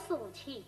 事情。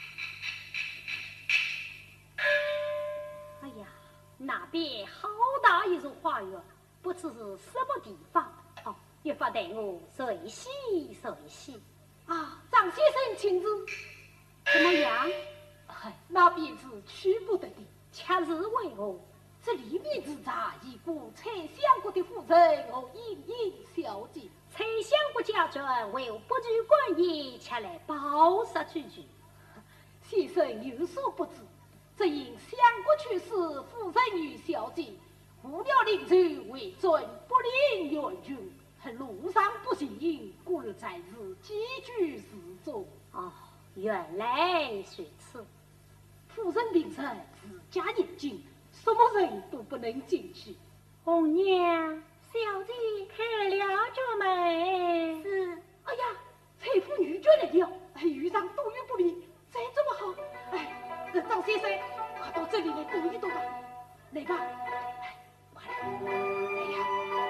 哎呀，那边好大一座花园，不知是什么地方。哦，越发带我随喜随喜。 啊，张先生请自。 怎么样？ 那便是去不得的。 恰是为何？ 这里面之茶已故蔡相国的夫人和莺莺小姐。 蔡相国家眷为不拘官业，前来报杀居居。 先生有所不知，这因相国去世，夫人与小姐无了领袖为尊不领远军，路上不幸，故而在日寄居寺中。 哦，原来如此。 夫人病身，自家严禁，什么人都不能进去。 红娘，小姐开了这门。 是。哎呀，财夫女眷来了，遇上多余不利，再这么好。张先生，快到这里来躲一躲吧。来吧，快来。哎呀。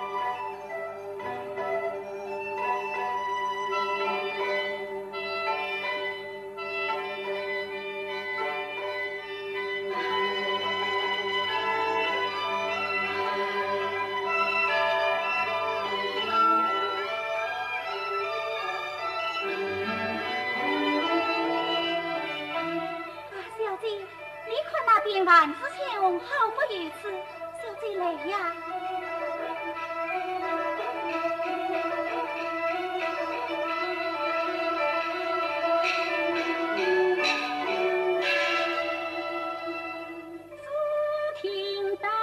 万紫千红，好不如此，小姐来呀！只听到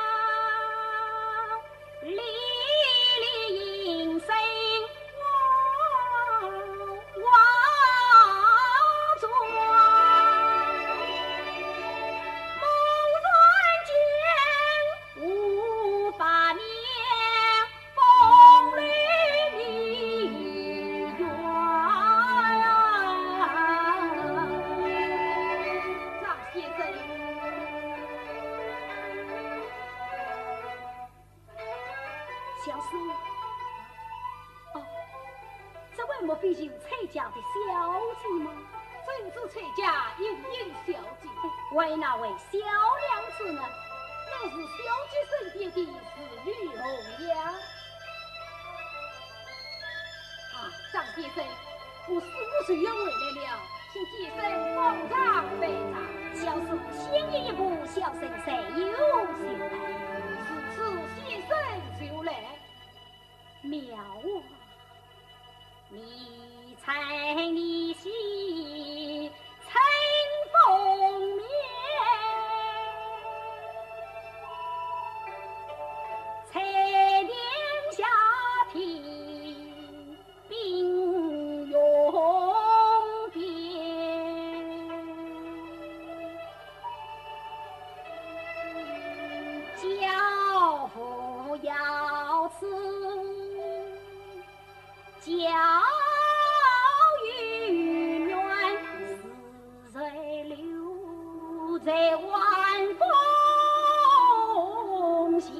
哩哩应声哇转。小师，哦，这位莫非就是蔡家的小姐吗？ 正是蔡家莺莺小姐。 为哪位小娘子呢？ 那是小姐身边的是女红娘。啊，张先生，我45岁要回来了，请先生方丈备茶。 小师先一步，小生谁有心来？ 是此先生就来。 妙啊！你猜你喜乘风眠，才年夏天冰永边，教父要此教育远，似水流在晚风间。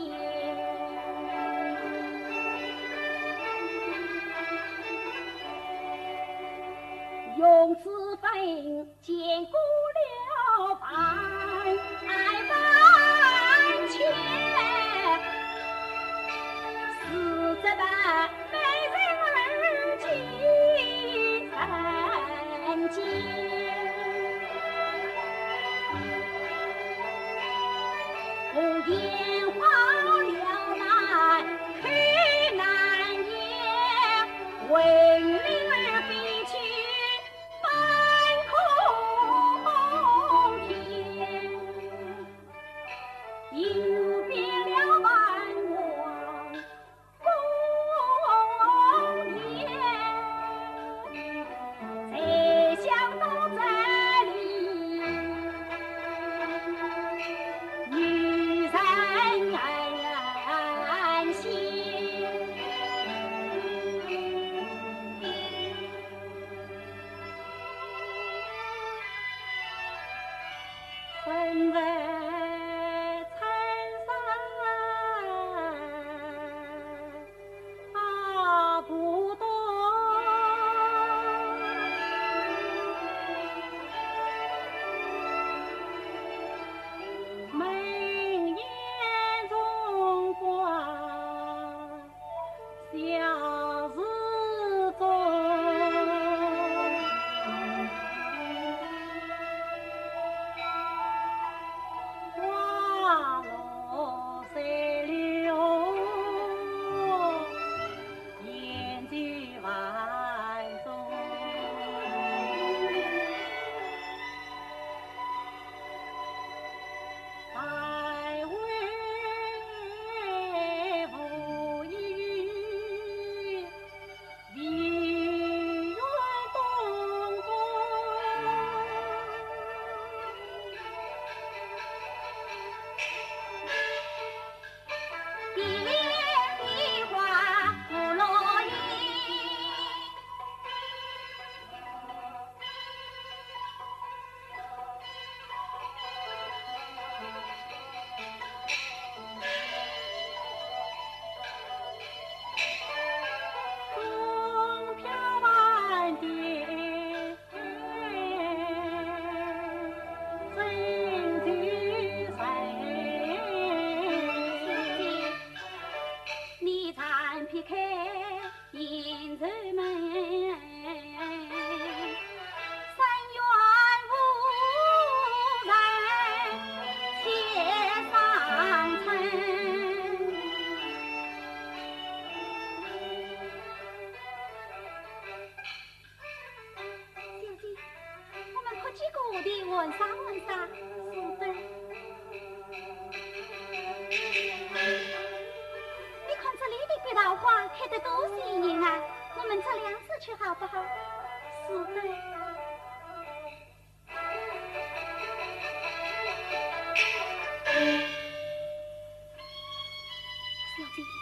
用此本兼顾了万千，是这般美人儿几人间。红颜花了难开难言，为女儿比去半空天，游遍了万王宫殿，才想到这里女人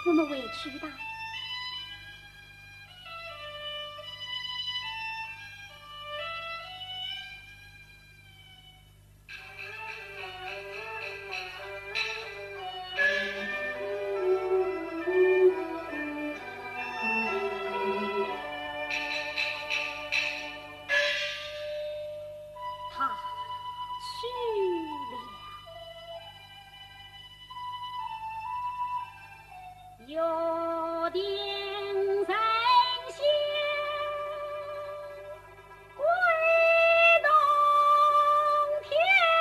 我们回去吧。有点神仙归东天，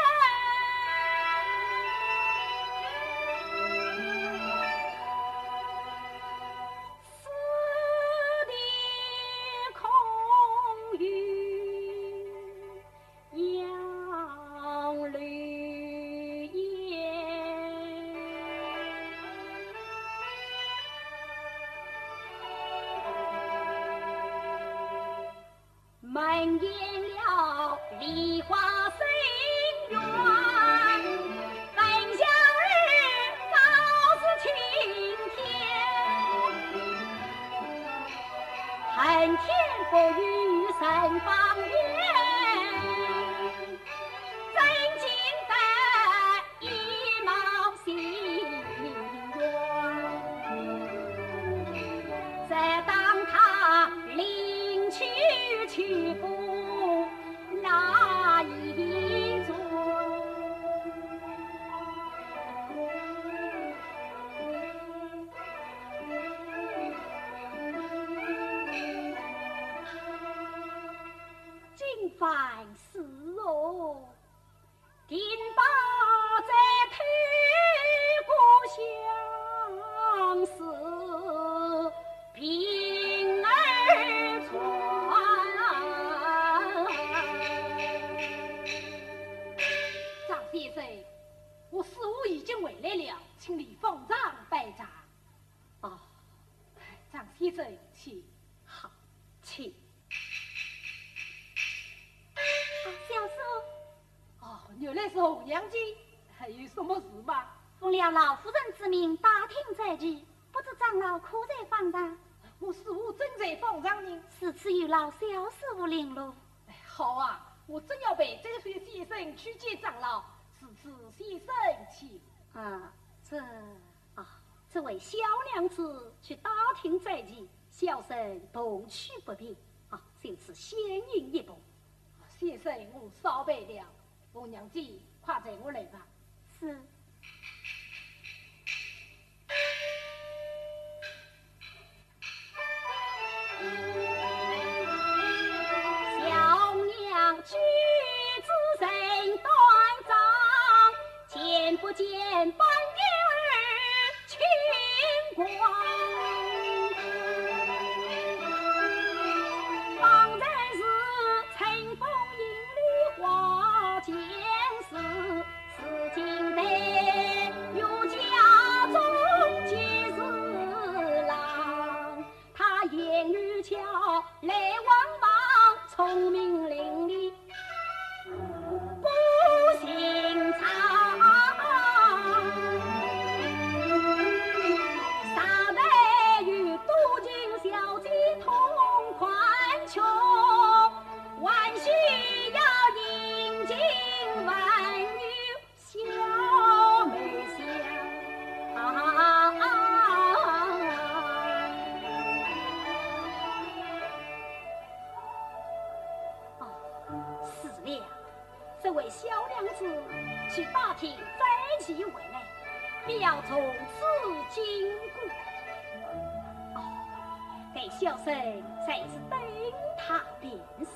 四地空余杨绿叶。满眼了梨花深院，分晓日早是晴天，恨天不与神方圆，真经得一毛心愿，这当他领去去不那一座，今番事哦，定把这推过相思平儿传。张先生，我师傅已经回来了，请你奉上拜茶。哦，张先生，请。好，请。小师傅。哦，原来是红娘姐，还有什么事吗？奉了老夫人之命，打听在即，不知长老可在房上？我师傅正在房上呢。是此有劳小师傅领路。好啊，我正要陪这位先生去见长老，此次先生请。这位小娘子去打听在即，小生同去不便啊，就此先引一步。先生，我少备了，红娘姐，快载我来吧。是。小娘举止身端庄，见不见半月儿清光，方才是乘风引绿花间事，是今得有家中皆是郎，他言语巧，来往忙，聪明伶俐，不寻常。傻呆与多金小姐同款穷，万须要引进万女小妹香。是了，这位小娘子去打听在即回来，必要从此经过。给小生在此等他便是。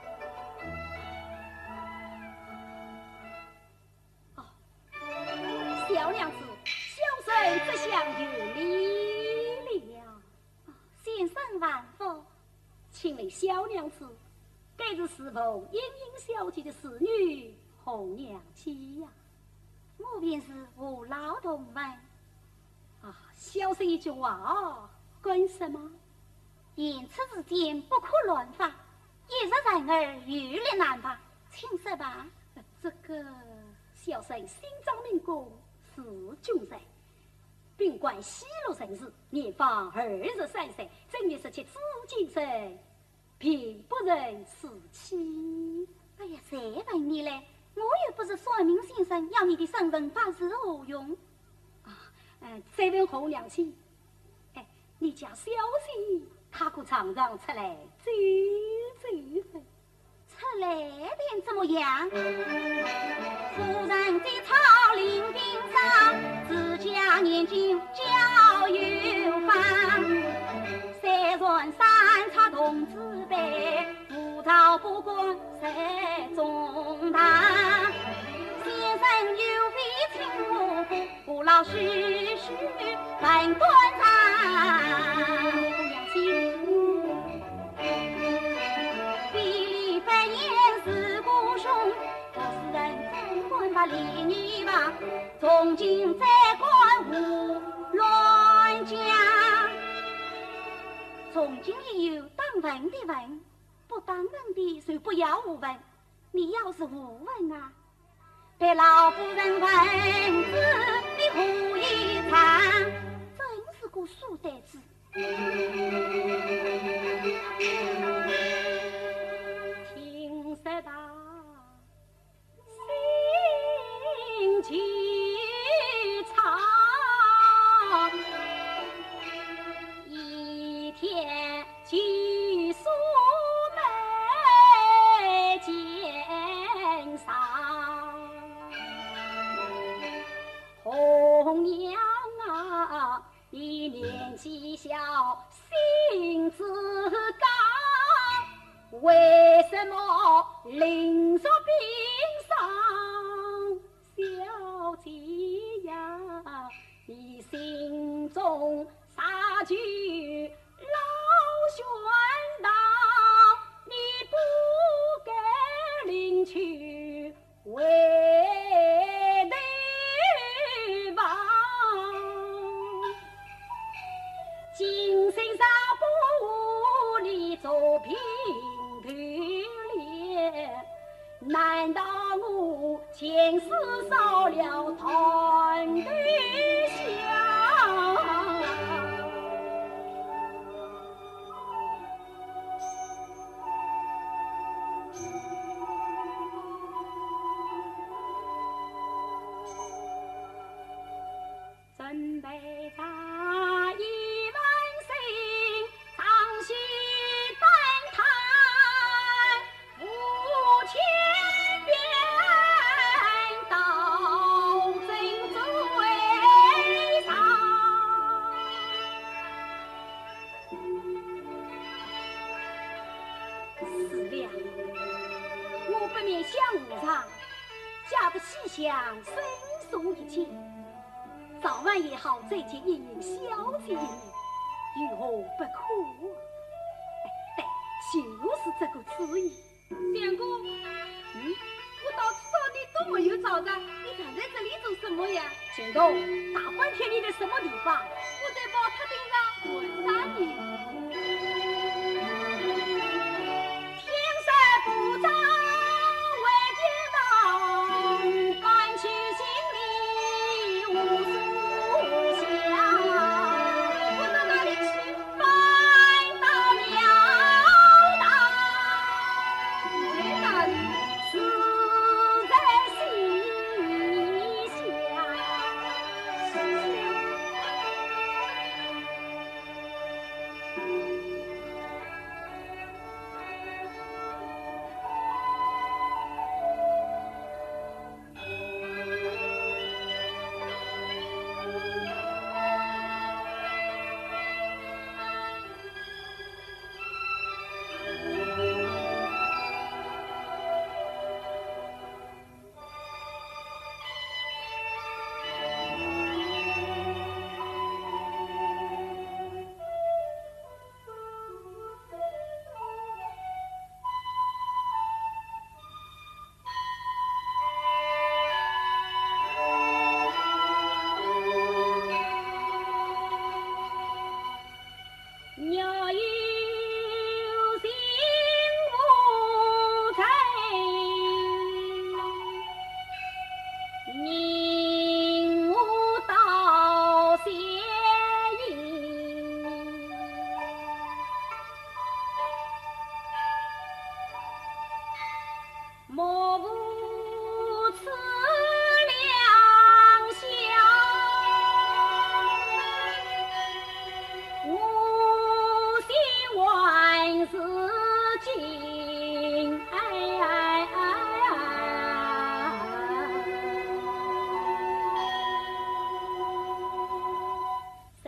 小娘子，小生这厢有礼了。先生万福，请问小娘子，该是侍奉英英小姐的侍女红娘姐呀？我便是无老同门。小生一句话关什么？言辞之间不可乱发，一日人儿遇力难发，请说吧。这个小生心脏明公是君人，便并管西路城市，年方23岁，正月17紫禁城，并不忍死期。 哎呀，谁问你嘞？我又不是算命先生，要你的身份把持何用？ 再问侯娘亲，你家小姐她可常常出来走走分？ 出来便怎么样？夫人在草林边上，自家年轻交友芳。三船三叉童子辈，葡萄不过在中堂。先生有位请我不老须须本端上。 娘亲， 比里翻言是故兄，我是人总管把礼仪吧，从今再管无乱讲。从今以后当问的问，不当问的就不要无问。你要是无问啊，被老夫人问子你胡一场，真是个书呆子。 听说他心情长，一天去苏梅见上红娘啊，你年纪小，性子刚，为什么临着病上？小姐呀，你心中啥句老玄道，你不该领去为对方。今生啥不理做平头脸，难道我前世少了团对象？准备在一万岁，长须丹檀，五千遍到真最上。是了，我不免想无常，家不西厢深送一情。早晚也好，再见一人，小姐一面，如何不可？对，就是这个主意。 相公，我到处找你都没有找着，你站在这里做什么呀？ 行动，大半天你在什么地方？ 我在宝塔顶上问啥你？ 天色不早，为君王搬去心里无数。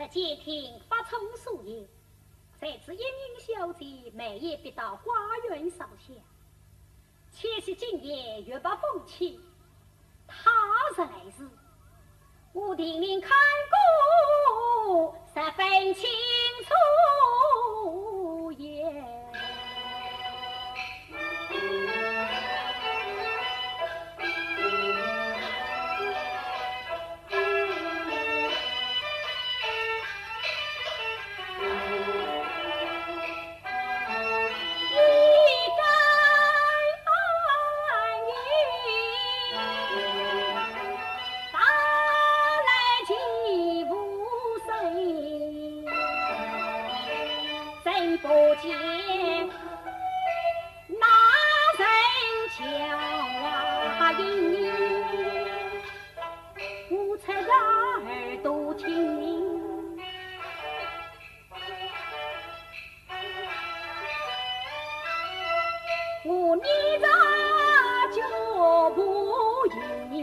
这街亭发葱树叶，这次英英小姐每夜必到花园烧香。且是今夜月把风起，他日来日，我听您看过十分清楚也。不见那人叫啊音，我侧着耳朵听，我捏着脚步音。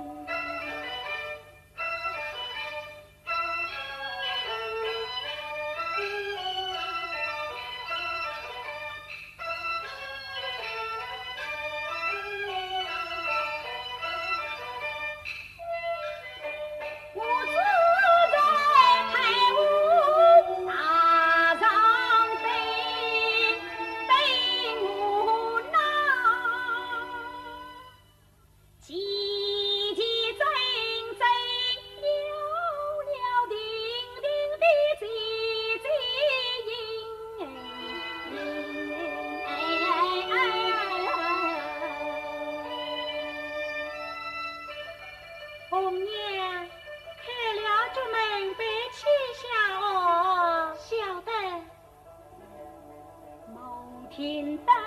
听得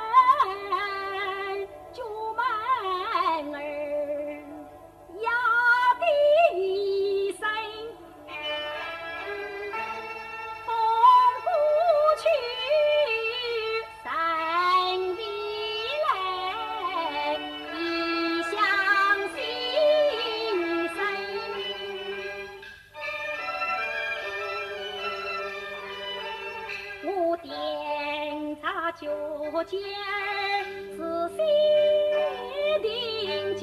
竹门儿呀的一声，风过去三里来，一响心声。我点茶酒尖仔细定睛，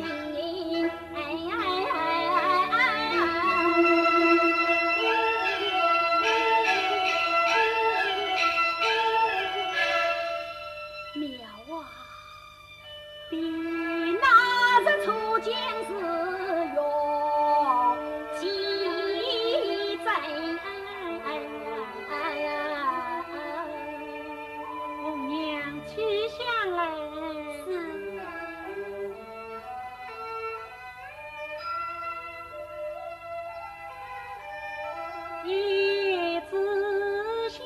妙啊！比那日初见时哟几真。 去下来是一枝香，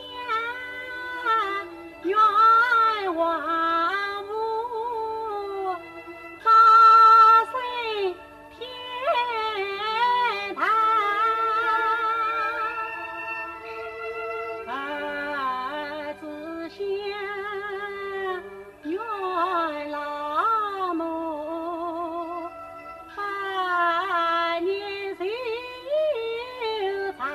远望无高山天堂，二枝香。原老母百年修长，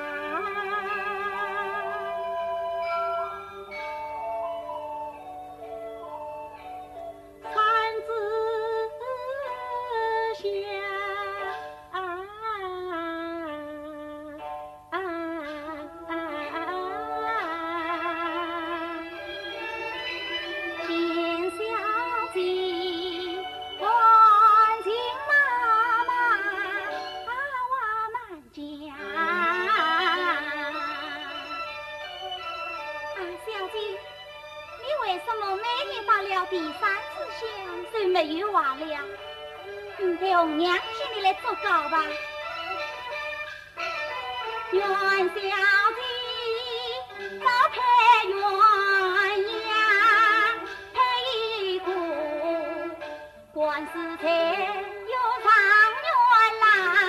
三枝香， 第三次香虽没有话了，陪红娘请你来做告吧。元宵节早陪鸳鸯，陪一个官司才有长元郎，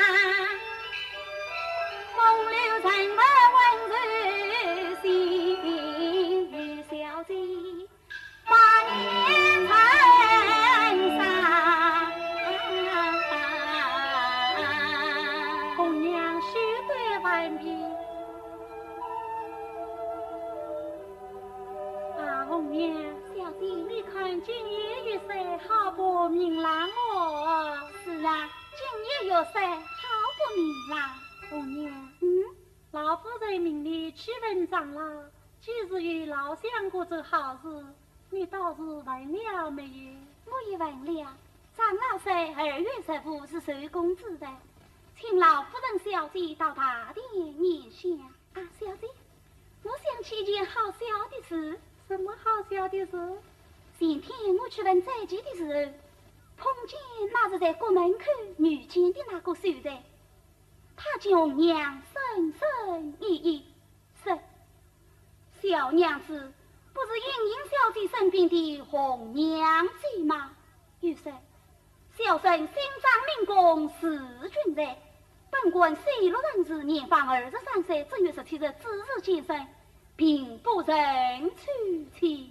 风流成了温柔心玉小姐。八年成伤， 红娘修得万遍， 一生好不明朗哦。 是啊，今日有事好不明朗。 红娘， 嗯， 老夫人命你去问长老，既是与老相公做好事，你倒是问了没有？ 我也问了，长老说2月15是收公子的，请老夫人小姐到大殿念香。啊，小姐，我想起一件好笑的事。 什么好笑的事？ 前天我去问斋戒的时候，碰见那是在国门口遇见的那个熟人，他叫娘深深意意说：“小娘子不是莹莹小姐身边的红娘子吗？”又说：“小生心脏民工是军人，本官西路人士，年方23岁，正月17日自日健身，并不认出妻。”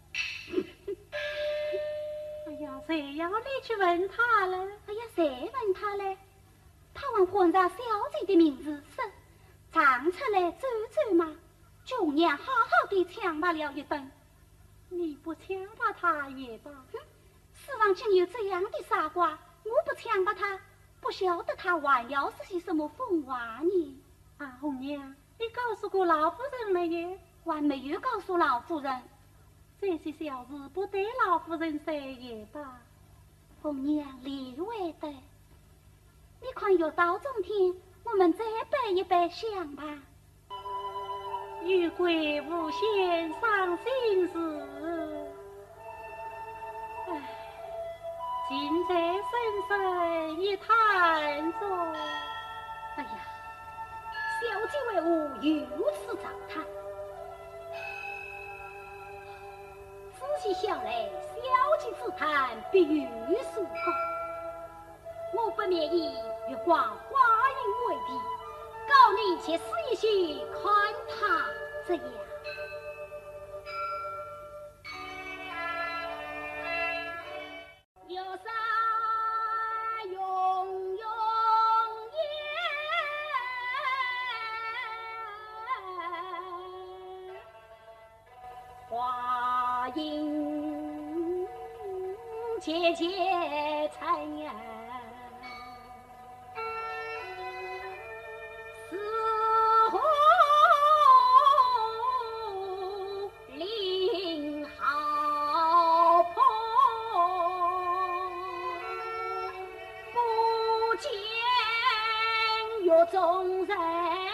哎呀，谁要你去问他了？ 哎呀，谁问他嘞？他问混杂小姐的名字，说唱出来走走嘛，舅娘好好的抢罢了一顿。 你不抢把他也罢。 哼，世上竟有这样的傻瓜！我不抢把他，不晓得他还要是些什么疯话呢？ 啊，红娘，你告诉过老夫人没有？ 还没有告诉老夫人。 这些小事不对老夫人说也罢。 红娘理会的。你看又到中天，我们再摆一摆香吧。 遇鬼无限伤心事，唉，尽在深深一叹中。 哎呀，小姐为何如此糟蹋？仔细想来，小姐之谈必有所告。我不免以月光花影为题，告你且试一试，看他怎样。有山永永烟，花影切切残烟。众人，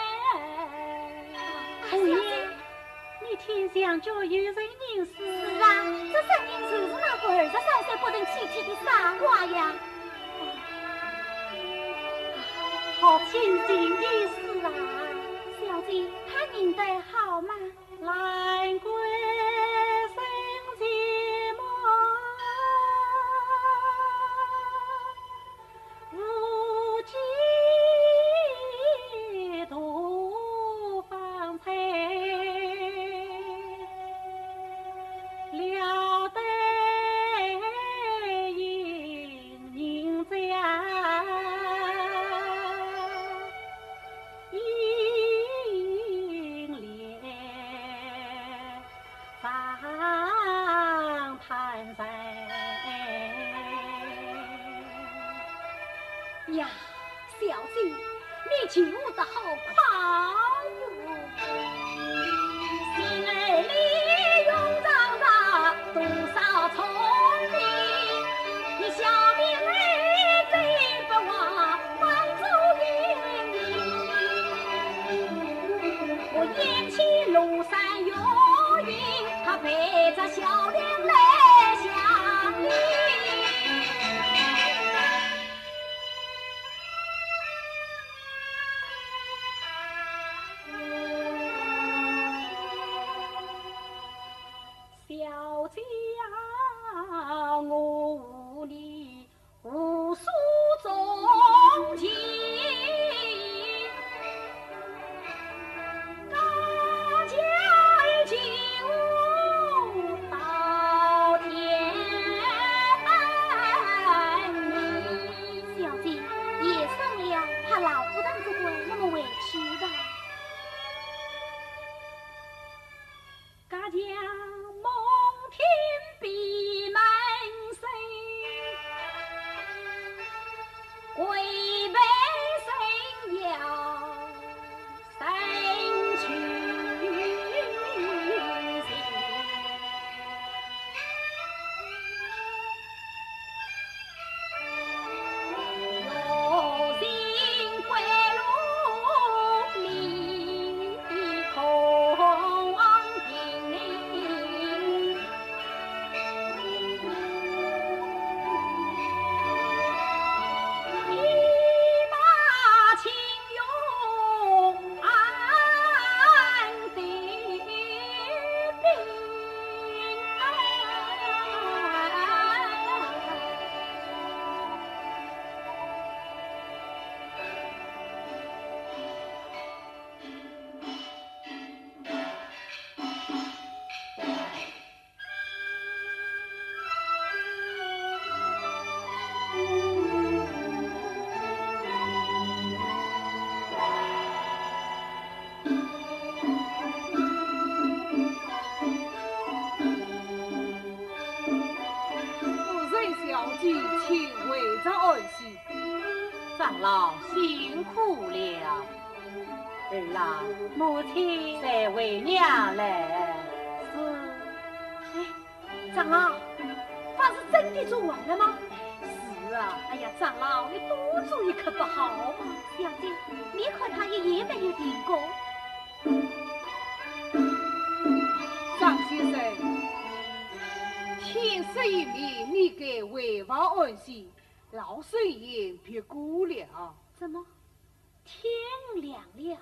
红娘，你听讲就有人认识。 是啊，这声音就是那个23岁不能娶妻的傻瓜呀！ 好亲近的事啊！ 小姐，他认得好吗？ 兰桂生寂寞，无计独芳菲，了得英宁家。 呀，小姐，你救得好快哟！心儿里涌着多少憧憬，你小命儿最不忘帮助云。我眼前庐山有云，他陪着小莲来相迎。小姐啊，我无你无诉衷情，大家一起舞到天老辛苦了。儿啊， 母亲再为娘来。 是。哎，长老，法是真的做完了吗？ 是啊。 哎呀，长老，你多注意可不好嘛。小姐，你和他一夜没有停过。 张先生，天色已明，你该回房安息，老孙也别过了。 怎么？天亮了。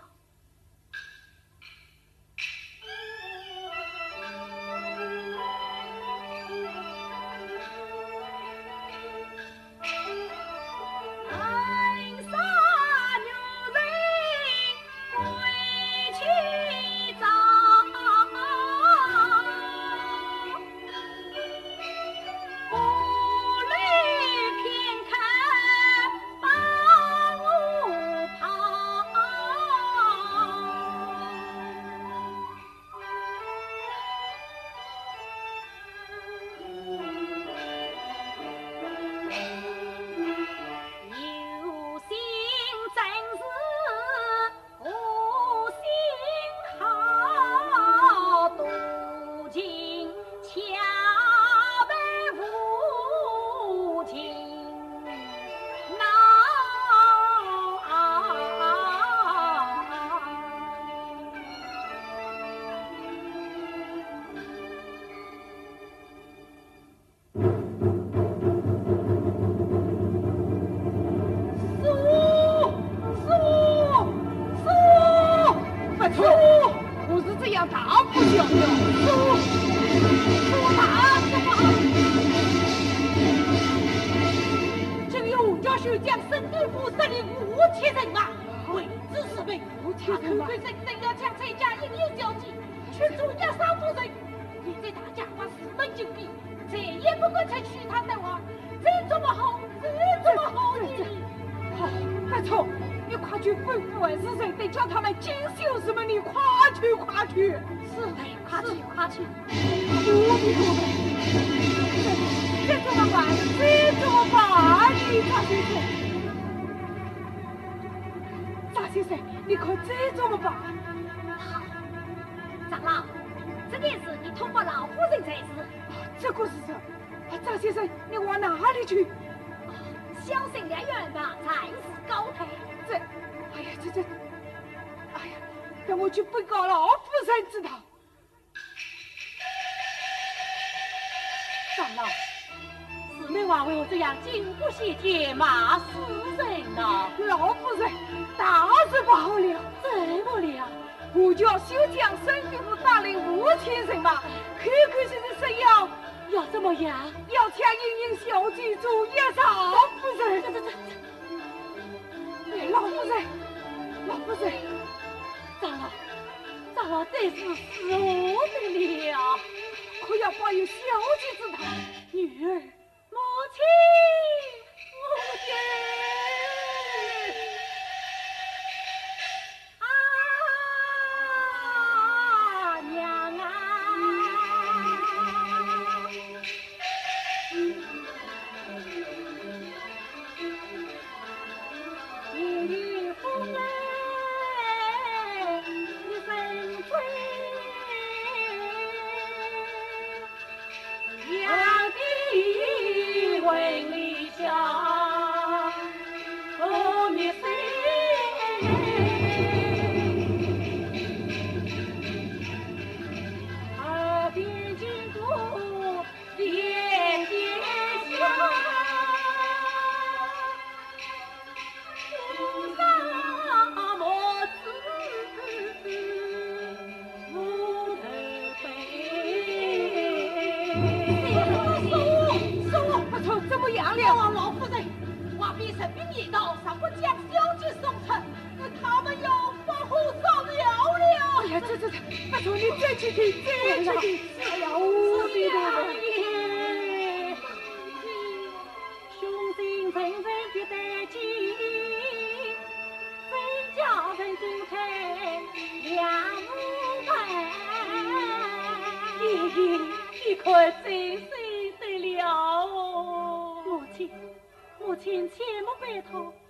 你可真是得了哦！ 母亲切莫悲痛，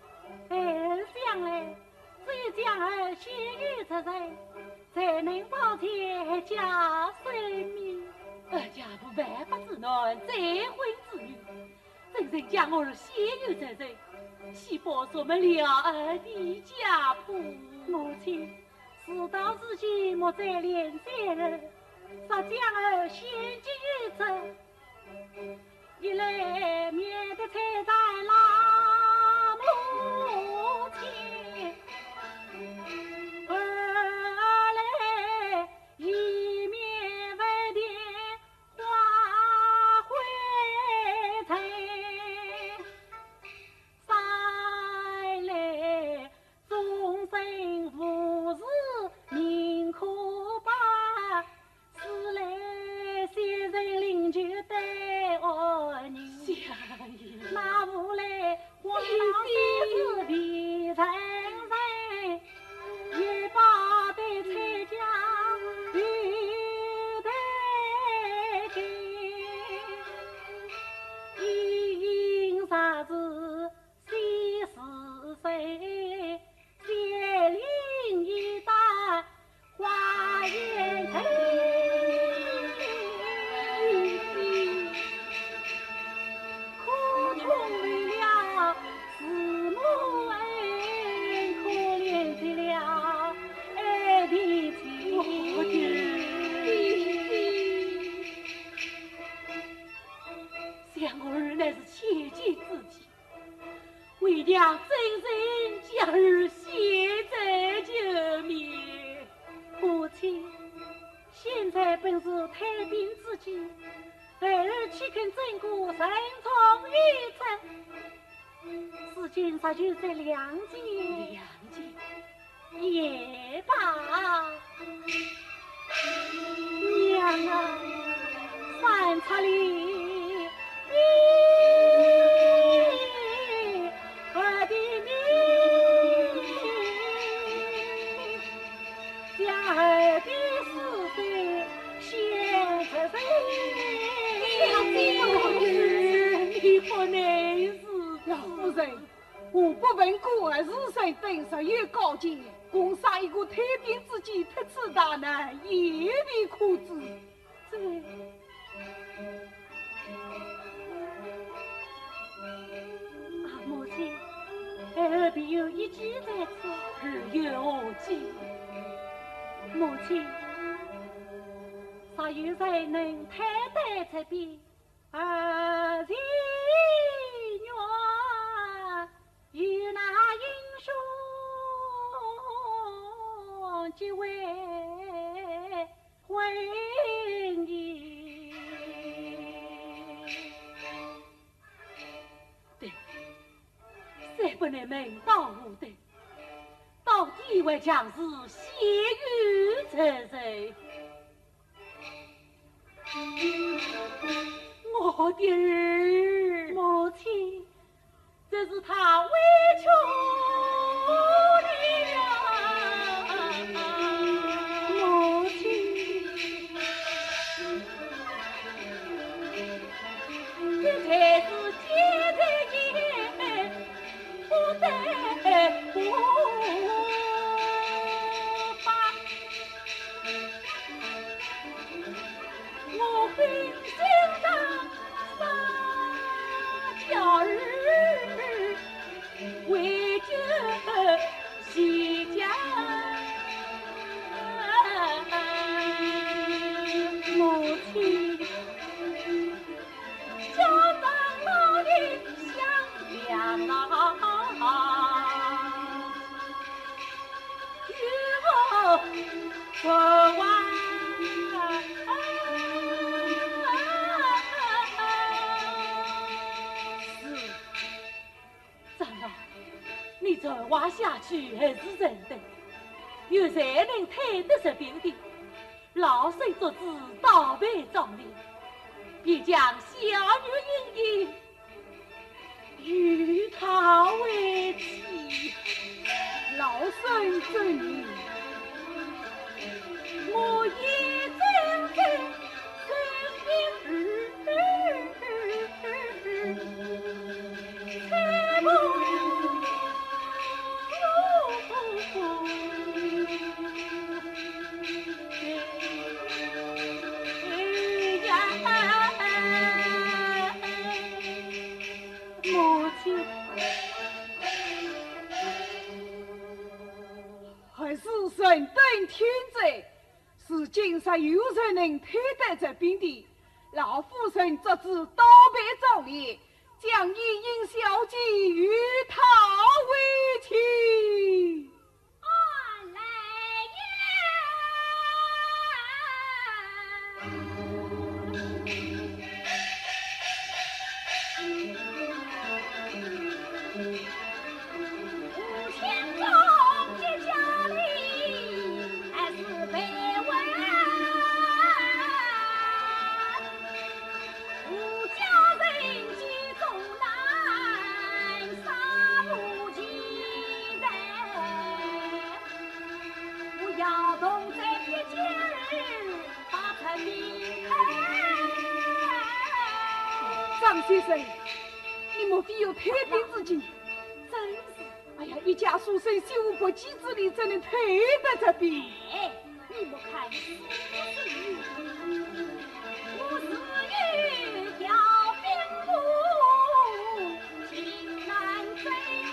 想来，只有将儿先于出人，才能保全家生命。家父万法之难，再婚之女，真正将我先于出人，岂保我们两儿的家谱？母亲，事到如今，莫再恋战了，杀将儿先进于出。一来免得踩在老母亲，二来以免为点花灰尘，三来终身无事命可把，四来先人领救待恶人，那无来荒唐之必人人，也把对蔡家与对亲，因啥子先是谁，先领一打花颜城。为娘真心将儿现在救命，母亲，现在本是太平之际，儿岂肯真过顺从于此？事情实就在两件，也罢。娘啊，三叉里。我的命，将儿的死罪先出谁？你不能死， 老夫人，我不问过儿是谁等十月高见，共杀一个太平之计，特此大难，也未可知。 这。母亲，儿必有一计在此， 日有何计？ 母亲，啥有人能太太这边，儿情愿与那英雄结为婚姻。再不能门当户对，到底为将士先于出人。我的儿，母亲，这是他委屈你呀，母亲，这才是结在眼。不得不把我浑身上撒娇儿为救西家，母亲家长老的想两说完，是长老，你再挖下去还是认得，有谁能推得这病的？老身作主倒背壮烈，必将小女英英与他为妻。 老身遵命。 我一真真真才不还是神灯天灾，是今时有人能推得这病的。老夫人这次倒背壮烈，将一应小姐与他为妻。 俺来无钱中结家里，还是被问。无家人几重难，杀不及人。我要同这一节日，把成离开。 张先生，你莫非有退兵之计？ 真是， 哎呀，一家书生修不几之力，怎能退得这兵？ 哎，你莫看是我是玉调兵部，情难追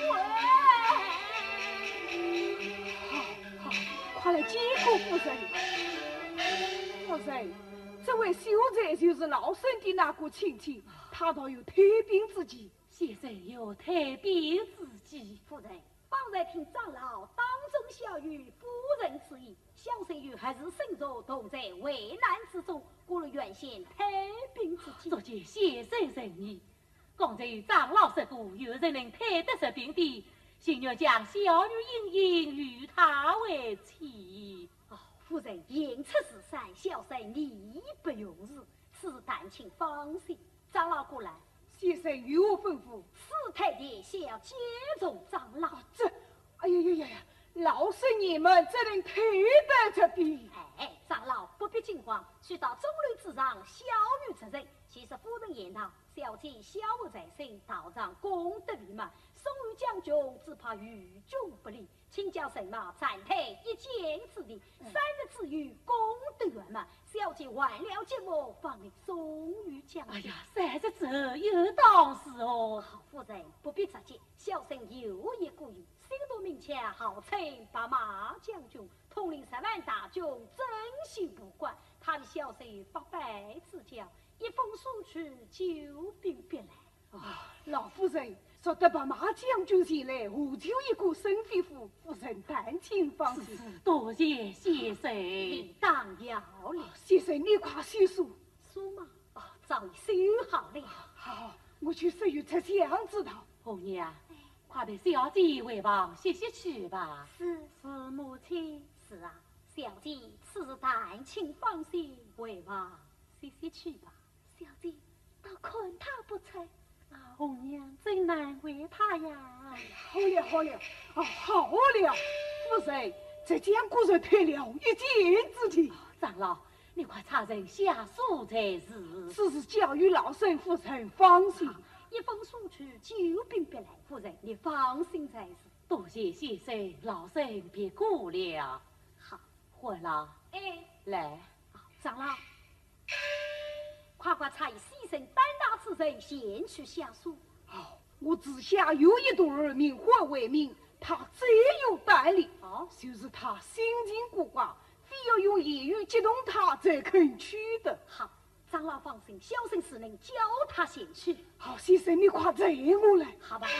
问。 好，快来接过夫人。夫人，这位秀才就是老身的那个亲戚，他倒有退兵之计。 先生有退兵之计， 夫人，方才听长老当众笑语夫人之意，小生与还是身着同在危难之中，故了原先退兵之计。 足见先生仁义。刚才有长老说过，有人能退得这兵的，心愿将小女莹莹与他为妻。 夫人言出此善，小生义不容辞，此但请放心。长老过来， 先生与我吩咐。 四太殿下要接种长老。 哎呀，老身爷们怎能退得这兵？ 哎，长老不必惊慌，须到中律之上，小女责任。其实夫人言道，小姐小我在身，道上功德圆满，送与将军，只怕与君不利。请教神马暂退一箭之力，3日之余功德圆满，小姐完了节目，方能送与将军。 哎呀，3日之后有当时哦。 好，夫人不必着急，小生有一故意，新都名强，号称白马将军，统领10万大军，征信不管。他与小生8百之交，一封书去，救兵必来。 老夫人说得白马将军前来，我就一个身飞夫，夫人但请放心。 多谢先生。 理当要了。 先生，你快写书。 书吗？早已收好了。 好，我去收于出相知道。 红娘，快陪小姐回房歇歇去吧。 是母亲。是啊，小姐此但请放心，回房歇歇去吧。小姐到困他不成？ 红娘真难为他呀。 好了，好了，夫人，这将果然退了一箭之计。 长老，你快查人下书才是。 此事交与老身夫人放心。 一封书去，救兵必来。夫人，你放心才是。 多谢先生，老身别过了。 好， 回了。 哎， 来， 长老，快查以牺牲胆大之人先去下书。 好，我之下有一对儿名花为名，他最有胆力。就是他心情古怪，非要用言语激动他才肯去的。 好，长老放心，小生是能教他先去。 好，先生你快载我来。 好吧。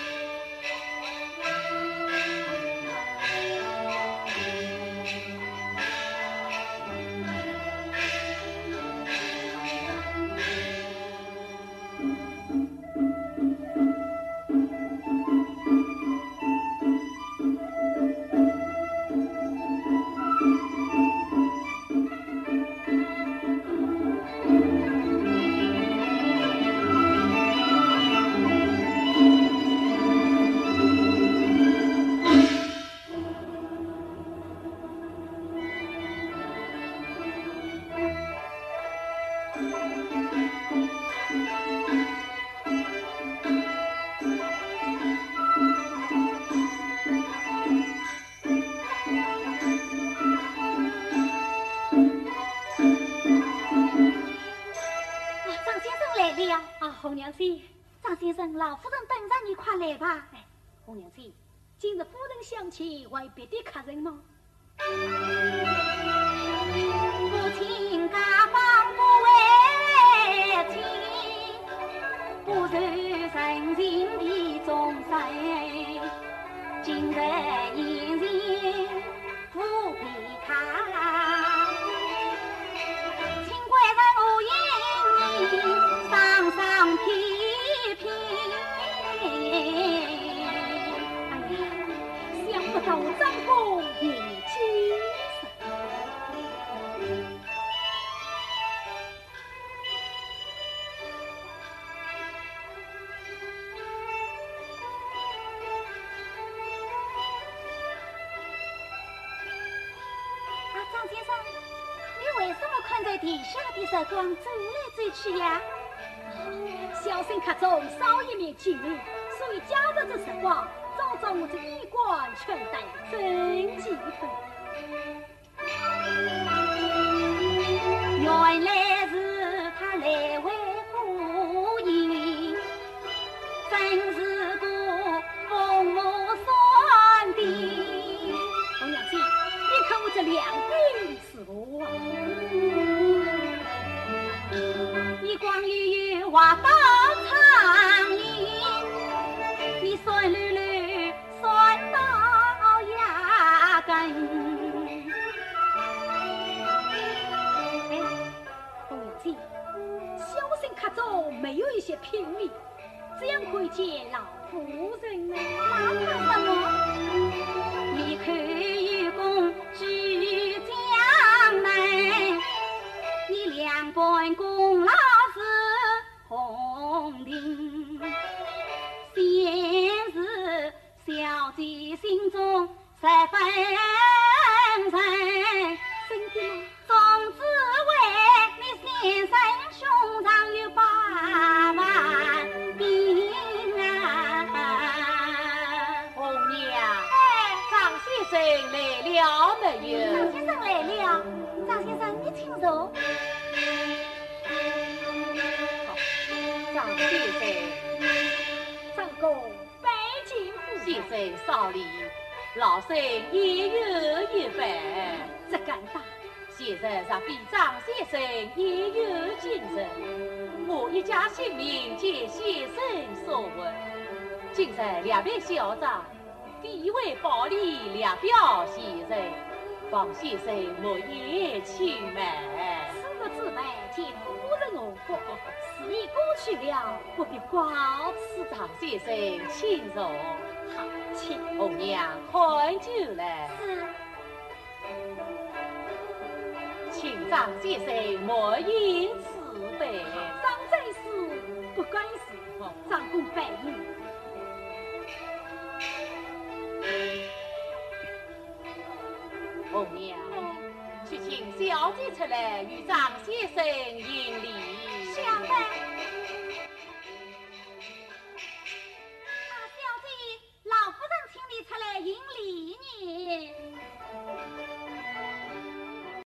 红娘子， 张先生，老夫人等着你，快来吧。 红娘子，今日夫人相请，为别的客人吗？ 父亲家方不为亲，不受人情的重视，今日言行不必他，清官人无因上上批评。 想不到张公也精神。 张先生，你为什么困在地下的时光走来走去呀？ 小生客中少一面进入，所以假日这时光，早早我这衣冠全带真几分。 原来是他来为夫姻，真是个风魔双的。 红娘子，你看我这两鬓是何啊？ 一光悠悠话到苍蝇，你酸溜溜酸到牙根。 红娘子，小生客中没有一些品味，这样可以见老夫人呢？ 那怕什么？你看有功举江南，你两半功劳是红绫，先是小姐心中十分沉， 真的吗？ 总之为你先生胸上有8万兵啊！ 红娘，张先生来了没有？ 张先生来了，张先生你请坐。 张先生， 张公拜见夫先生少礼，老身也有一份。 这敢当。 先生若比张先生也有精神，我一家性命皆先生所为。今日两位小长，第一位保礼两表先生，望先生莫言轻慢。 此个姊妹见夫人我国，事已过去了，不必告辞。 张先生请坐。 好，请。 红娘看酒来。 是。 请张先生莫言此杯。 张在事不关事，张公拜你。 红娘，去请小姐出来与张先生行礼。